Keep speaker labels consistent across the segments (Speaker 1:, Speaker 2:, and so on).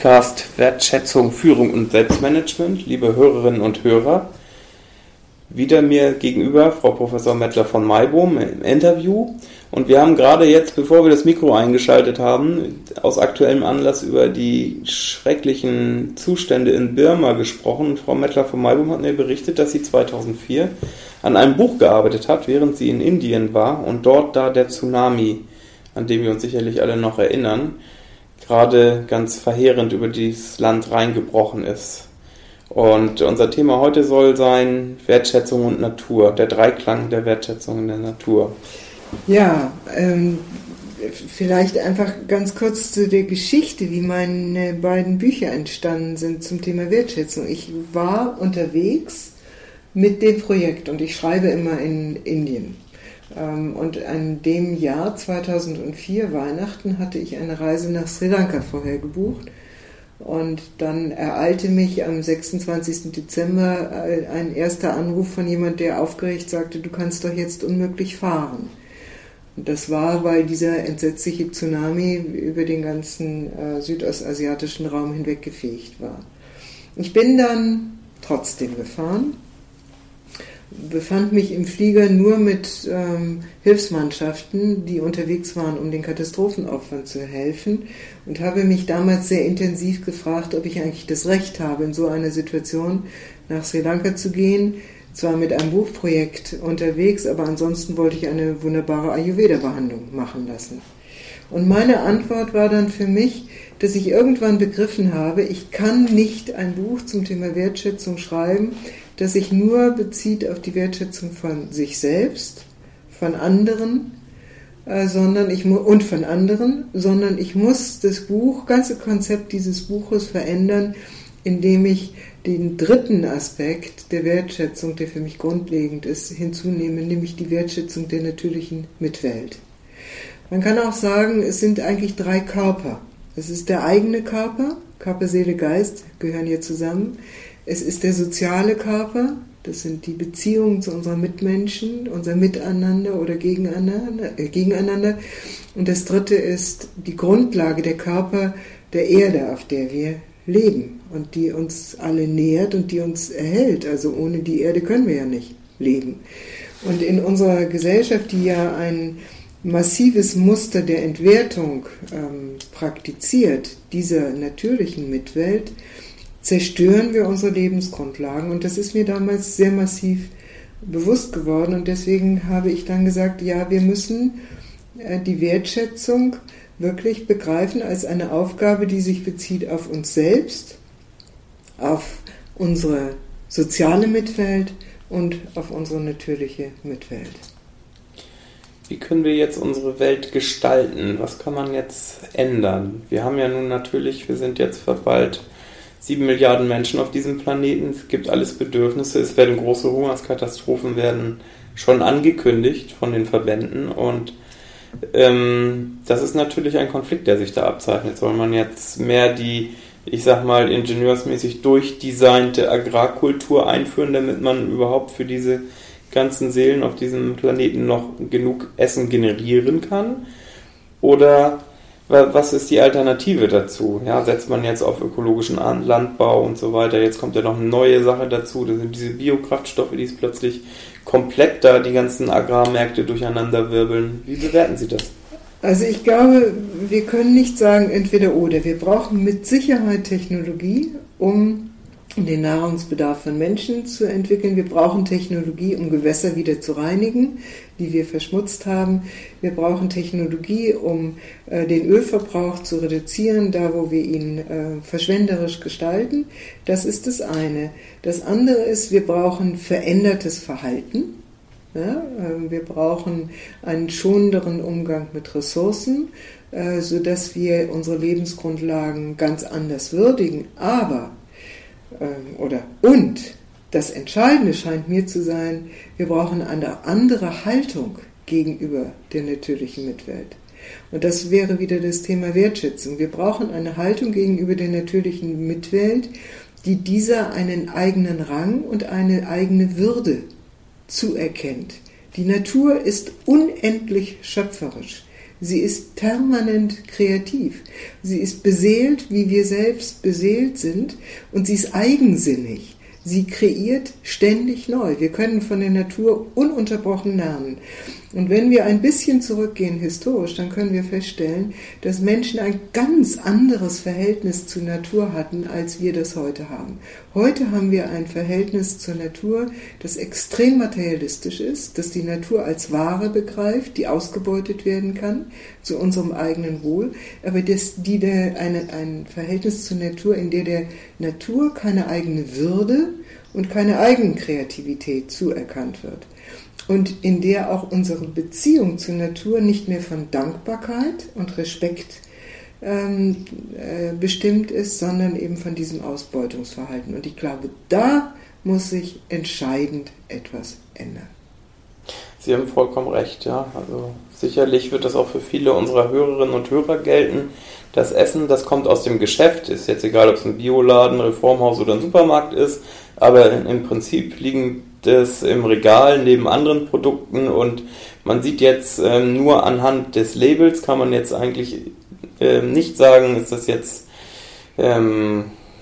Speaker 1: Podcast Wertschätzung, Führung und Selbstmanagement, liebe Hörerinnen und Hörer. Wieder mir gegenüber Frau Professor Mettler von Maibohm im Interview. Und wir haben gerade jetzt, bevor wir das Mikro eingeschaltet haben, aus aktuellem Anlass über die schrecklichen Zustände in Birma gesprochen. Frau Mettler von Maibohm hat mir berichtet, dass sie 2004 an einem Buch gearbeitet hat, während sie in Indien war und dort da der Tsunami, an den wir uns sicherlich alle noch erinnern, gerade ganz verheerend über dieses Land reingebrochen ist. Und unser Thema heute soll sein Wertschätzung und Natur, der Dreiklang der Wertschätzung in der Natur.
Speaker 2: Ja, vielleicht einfach ganz kurz zu der Geschichte, wie meine beiden Bücher entstanden sind zum Thema Wertschätzung. Ich war unterwegs mit dem Projekt und ich schreibe immer in Indien. Und an dem Jahr 2004, Weihnachten, hatte ich eine Reise nach Sri Lanka vorher gebucht. Und dann ereilte mich am 26. Dezember ein erster Anruf von jemand, der aufgeregt sagte, du kannst doch jetzt unmöglich fahren. Und das war, weil dieser entsetzliche Tsunami über den ganzen südostasiatischen Raum hinweggefegt war. Ich bin dann trotzdem gefahren, befand mich im Flieger nur mit Hilfsmannschaften, die unterwegs waren, um den Katastrophenopfern zu helfen, und habe mich damals sehr intensiv gefragt, ob ich eigentlich das Recht habe, in so einer Situation nach Sri Lanka zu gehen, zwar mit einem Buchprojekt unterwegs, aber ansonsten wollte ich eine wunderbare Ayurveda-Behandlung machen lassen. Und meine Antwort war dann für mich, dass ich irgendwann begriffen habe, ich kann nicht ein Buch zum Thema Wertschätzung schreiben, das sich nur bezieht auf die Wertschätzung von sich selbst, von anderen, sondern ich muss das ganze Konzept dieses Buches verändern, indem ich den dritten Aspekt der Wertschätzung, der für mich grundlegend ist, hinzunehme, nämlich die Wertschätzung der natürlichen Mitwelt. Man kann auch sagen, es sind eigentlich drei Körper. Es ist der eigene Körper, Körper, Seele, Geist gehören hier zusammen. Es ist der soziale Körper, das sind die Beziehungen zu unseren Mitmenschen, unser Miteinander oder gegeneinander. Und das dritte ist die Grundlage, der Körper der Erde, auf der wir leben und die uns alle nährt und die uns erhält. Also ohne die Erde können wir ja nicht leben. Und in unserer Gesellschaft, die ja ein massives Muster der Entwertung praktiziert, dieser natürlichen Mitwelt, zerstören wir unsere Lebensgrundlagen. Und das ist mir damals sehr massiv bewusst geworden. Und deswegen habe ich dann gesagt, ja, wir müssen die Wertschätzung wirklich begreifen als eine Aufgabe, die sich bezieht auf uns selbst, auf unsere soziale Mitwelt und auf unsere natürliche Mitwelt.
Speaker 1: Wie können wir jetzt unsere Welt gestalten? Was kann man jetzt ändern? Wir haben ja nun natürlich, wir sind jetzt bald 7 Milliarden Menschen auf diesem Planeten. Es gibt alles Bedürfnisse. Es werden große Hungerskatastrophen werden schon angekündigt von den Verbänden. Und das ist natürlich ein Konflikt, der sich da abzeichnet. Soll man jetzt mehr die, ich sag mal, ingenieursmäßig durchdesignte Agrarkultur einführen, damit man überhaupt für diese ganzen Seelen auf diesem Planeten noch genug Essen generieren kann? Oder was ist die Alternative dazu? Ja, setzt man jetzt auf ökologischen Landbau und so weiter? Jetzt kommt ja noch eine neue Sache dazu. Das sind diese Biokraftstoffe, die es plötzlich komplett da die ganzen Agrarmärkte durcheinander wirbeln. Wie bewerten Sie das?
Speaker 2: Also ich glaube, wir können nicht sagen entweder oder. Wir brauchen mit Sicherheit Technologie, um den Nahrungsbedarf von Menschen zu entwickeln. Wir brauchen Technologie, um Gewässer wieder zu reinigen, die wir verschmutzt haben. Wir brauchen Technologie, um den Ölverbrauch zu reduzieren, da wo wir ihn verschwenderisch gestalten. Das ist das eine. Das andere ist, wir brauchen verändertes Verhalten. Ja, wir brauchen einen schonenderen Umgang mit Ressourcen, sodass wir unsere Lebensgrundlagen ganz anders würdigen. Und das Entscheidende scheint mir zu sein, wir brauchen eine andere Haltung gegenüber der natürlichen Mitwelt. Und das wäre wieder das Thema Wertschätzung. Wir brauchen eine Haltung gegenüber der natürlichen Mitwelt, die dieser einen eigenen Rang und eine eigene Würde zuerkennt. Die Natur ist unendlich schöpferisch. Sie ist permanent kreativ. Sie ist beseelt, wie wir selbst beseelt sind, und sie ist eigensinnig. Sie kreiert ständig neu. Wir können von der Natur ununterbrochen lernen. Und wenn wir ein bisschen zurückgehen historisch, dann können wir feststellen, dass Menschen ein ganz anderes Verhältnis zur Natur hatten, als wir das heute haben. Heute haben wir ein Verhältnis zur Natur, das extrem materialistisch ist, das die Natur als Ware begreift, die ausgebeutet werden kann, zu unserem eigenen Wohl, aber ein Verhältnis zur Natur, in der Natur keine eigene Würde und keine Eigenkreativität zuerkannt wird. Und in der auch unsere Beziehung zur Natur nicht mehr von Dankbarkeit und Respekt bestimmt ist, sondern eben von diesem Ausbeutungsverhalten. Und ich glaube, da muss sich entscheidend etwas ändern.
Speaker 1: Sie haben vollkommen recht, ja. Also sicherlich wird das auch für viele unserer Hörerinnen und Hörer gelten. Das Essen, das kommt aus dem Geschäft, ist jetzt egal, ob es ein Bioladen, Reformhaus oder ein Supermarkt ist, aber im Prinzip liegen das im Regal neben anderen Produkten und man sieht jetzt nur anhand des Labels, kann man jetzt eigentlich nicht sagen, ist das jetzt in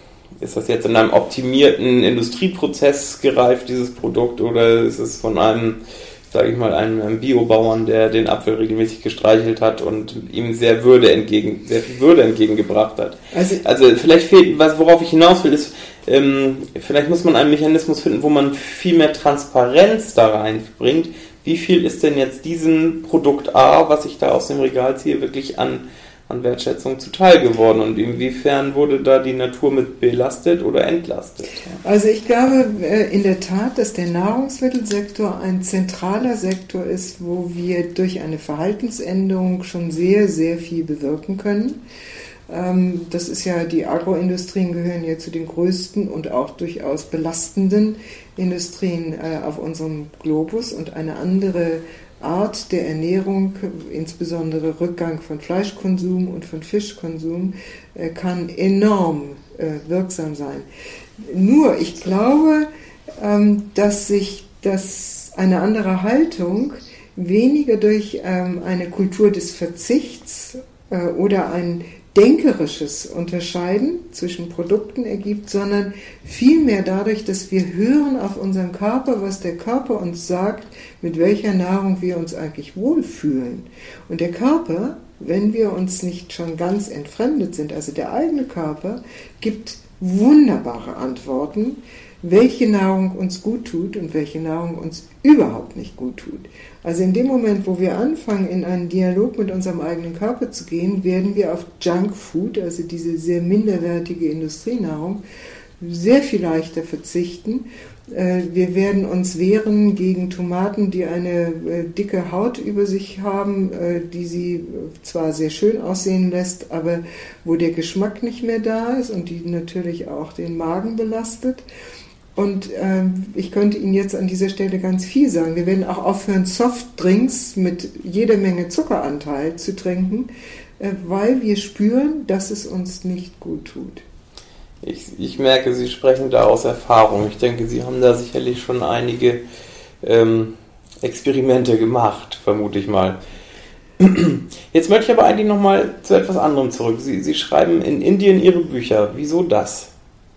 Speaker 1: einem optimierten Industrieprozess gereift, dieses Produkt, oder ist es von einem, sage ich mal, einem Biobauern, der den Apfel regelmäßig gestreichelt hat und ihm sehr viel Würde entgegengebracht hat. Also vielleicht fehlt, worauf ich hinaus will, ist, vielleicht muss man einen Mechanismus finden, wo man viel mehr Transparenz da reinbringt. Wie viel ist denn jetzt diesem Produkt A, was ich da aus dem Regal ziehe, wirklich an Wertschätzung zuteil geworden und inwiefern wurde da die Natur mit belastet oder entlastet?
Speaker 2: Also ich glaube in der Tat, dass der Nahrungsmittelsektor ein zentraler Sektor ist, wo wir durch eine Verhaltensänderung schon sehr, sehr viel bewirken können. Das ist ja, die Agroindustrien gehören ja zu den größten und auch durchaus belastenden Industrien auf unserem Globus, und eine andere Art der Ernährung, insbesondere Rückgang von Fleischkonsum und von Fischkonsum, kann enorm wirksam sein. Nur, ich glaube, dass sich eine andere Haltung weniger durch eine Kultur des Verzichts oder ein denkerisches Unterscheiden zwischen Produkten ergibt, sondern vielmehr dadurch, dass wir hören auf unseren Körper, was der Körper uns sagt, mit welcher Nahrung wir uns eigentlich wohlfühlen. Und der Körper, wenn wir uns nicht schon ganz entfremdet sind, also der eigene Körper, gibt wunderbare Antworten, welche Nahrung uns gut tut und welche Nahrung uns überhaupt nicht gut tut. Also in dem Moment, wo wir anfangen, in einen Dialog mit unserem eigenen Körper zu gehen, werden wir auf Junkfood, also diese sehr minderwertige Industrienahrung, sehr viel leichter verzichten. Wir werden uns wehren gegen Tomaten, die eine dicke Haut über sich haben, die sie zwar sehr schön aussehen lässt, aber wo der Geschmack nicht mehr da ist und die natürlich auch den Magen belastet. Und ich könnte Ihnen jetzt an dieser Stelle ganz viel sagen. Wir werden auch aufhören, Softdrinks mit jeder Menge Zuckeranteil zu trinken, weil wir spüren, dass es uns nicht gut tut.
Speaker 1: Ich merke, Sie sprechen da aus Erfahrung. Ich denke, Sie haben da sicherlich schon einige Experimente gemacht, vermute ich mal. Jetzt möchte ich aber eigentlich nochmal zu etwas anderem zurück. Sie schreiben in Indien Ihre Bücher. Wieso das?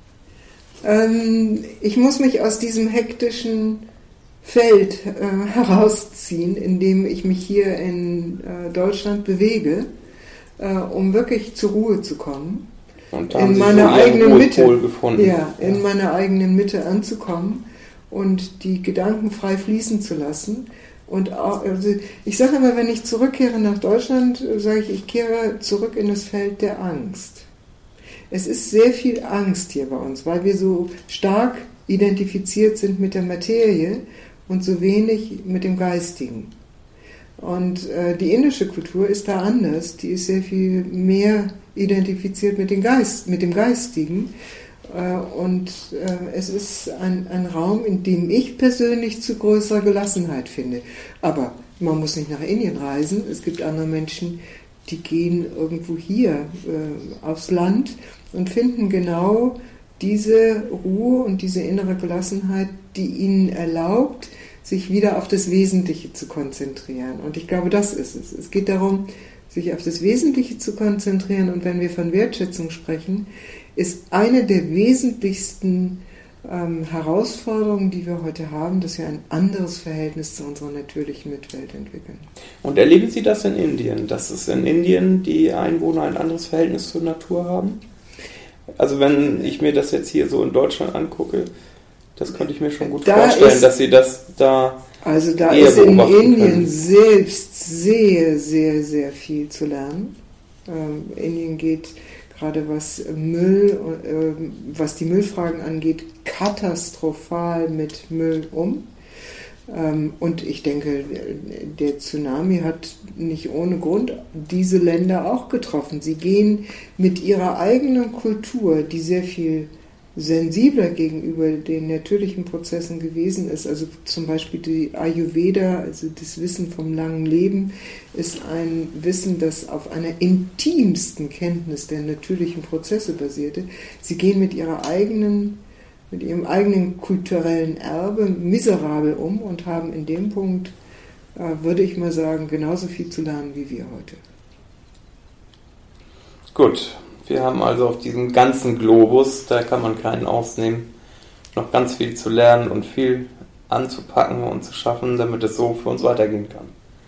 Speaker 2: Ich muss mich aus diesem hektischen Feld herausziehen, in dem ich mich hier in Deutschland bewege, um wirklich zur Ruhe zu kommen.
Speaker 1: Und da haben Sie meiner eigenen Mitte gefunden.
Speaker 2: Ja, in meiner eigenen Mitte anzukommen und die Gedanken frei fließen zu lassen. Und auch, also ich sage immer, wenn ich zurückkehre nach Deutschland, sage ich kehre zurück in das Feld der Angst. Es ist sehr viel Angst hier bei uns, weil wir so stark identifiziert sind mit der Materie und so wenig mit dem Geistigen. Und die indische Kultur ist da anders. Die ist sehr viel mehr identifiziert mit dem Geistigen. Und es ist ein Raum, in dem ich persönlich zu größerer Gelassenheit finde. Aber man muss nicht nach Indien reisen. Es gibt andere Menschen, die gehen irgendwo hier aufs Land und finden genau diese Ruhe und diese innere Gelassenheit, die ihnen erlaubt, sich wieder auf das Wesentliche zu konzentrieren. Und ich glaube, das ist es. Es geht darum, sich auf das Wesentliche zu konzentrieren. Und wenn wir von Wertschätzung sprechen, ist eine der wesentlichsten Herausforderungen, die wir heute haben, dass wir ein anderes Verhältnis zu unserer natürlichen Mitwelt entwickeln.
Speaker 1: Und erleben Sie das in Indien, dass es in Indien die Einwohner ein anderes Verhältnis zur Natur haben? Also wenn ich mir das jetzt hier so in Deutschland angucke, das könnte ich mir schon gut vorstellen, dass Sie das da
Speaker 2: also da
Speaker 1: eher
Speaker 2: ist in Indien
Speaker 1: können.
Speaker 2: selbst sehr, sehr, sehr viel zu lernen. Indien geht gerade was was die Müllfragen angeht, katastrophal mit Müll um. Und ich denke, der Tsunami hat nicht ohne Grund diese Länder auch getroffen. Sie gehen mit ihrer eigenen Kultur, die sehr viel sensibler gegenüber den natürlichen Prozessen gewesen ist. Also zum Beispiel die Ayurveda, also das Wissen vom langen Leben, ist ein Wissen, das auf einer intimsten Kenntnis der natürlichen Prozesse basierte. Sie gehen mit ihrem eigenen kulturellen Erbe miserabel um und haben in dem Punkt, würde ich mal sagen, genauso viel zu lernen wie wir heute.
Speaker 1: Gut. Wir haben also auf diesem ganzen Globus, da kann man keinen ausnehmen, noch ganz viel zu lernen und viel anzupacken und zu schaffen, damit es so für uns weitergehen kann.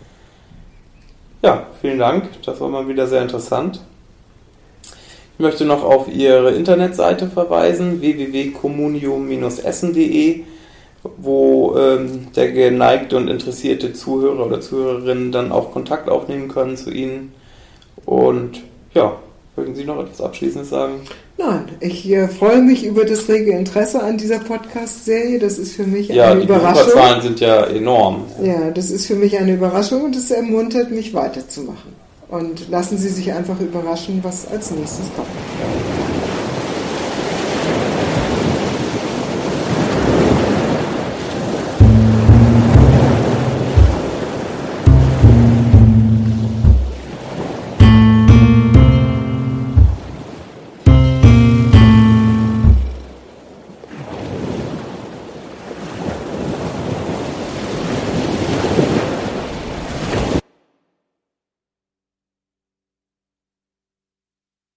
Speaker 1: Ja, vielen Dank, das war mal wieder sehr interessant. Ich möchte noch auf Ihre Internetseite verweisen, www.communium-essen.de, wo der geneigte und interessierte Zuhörer oder Zuhörerinnen dann auch Kontakt aufnehmen können zu Ihnen. Und ja, mögen Sie noch etwas Abschließendes sagen?
Speaker 2: Nein, ich freue mich über das rege Interesse an dieser Podcast-Serie. Das ist für mich
Speaker 1: eine
Speaker 2: Überraschung. Ja, die
Speaker 1: Besucherzahlen sind ja enorm.
Speaker 2: Ja, das ist für mich eine Überraschung und es ermuntert mich weiterzumachen. Und lassen Sie sich einfach überraschen, was als nächstes kommt.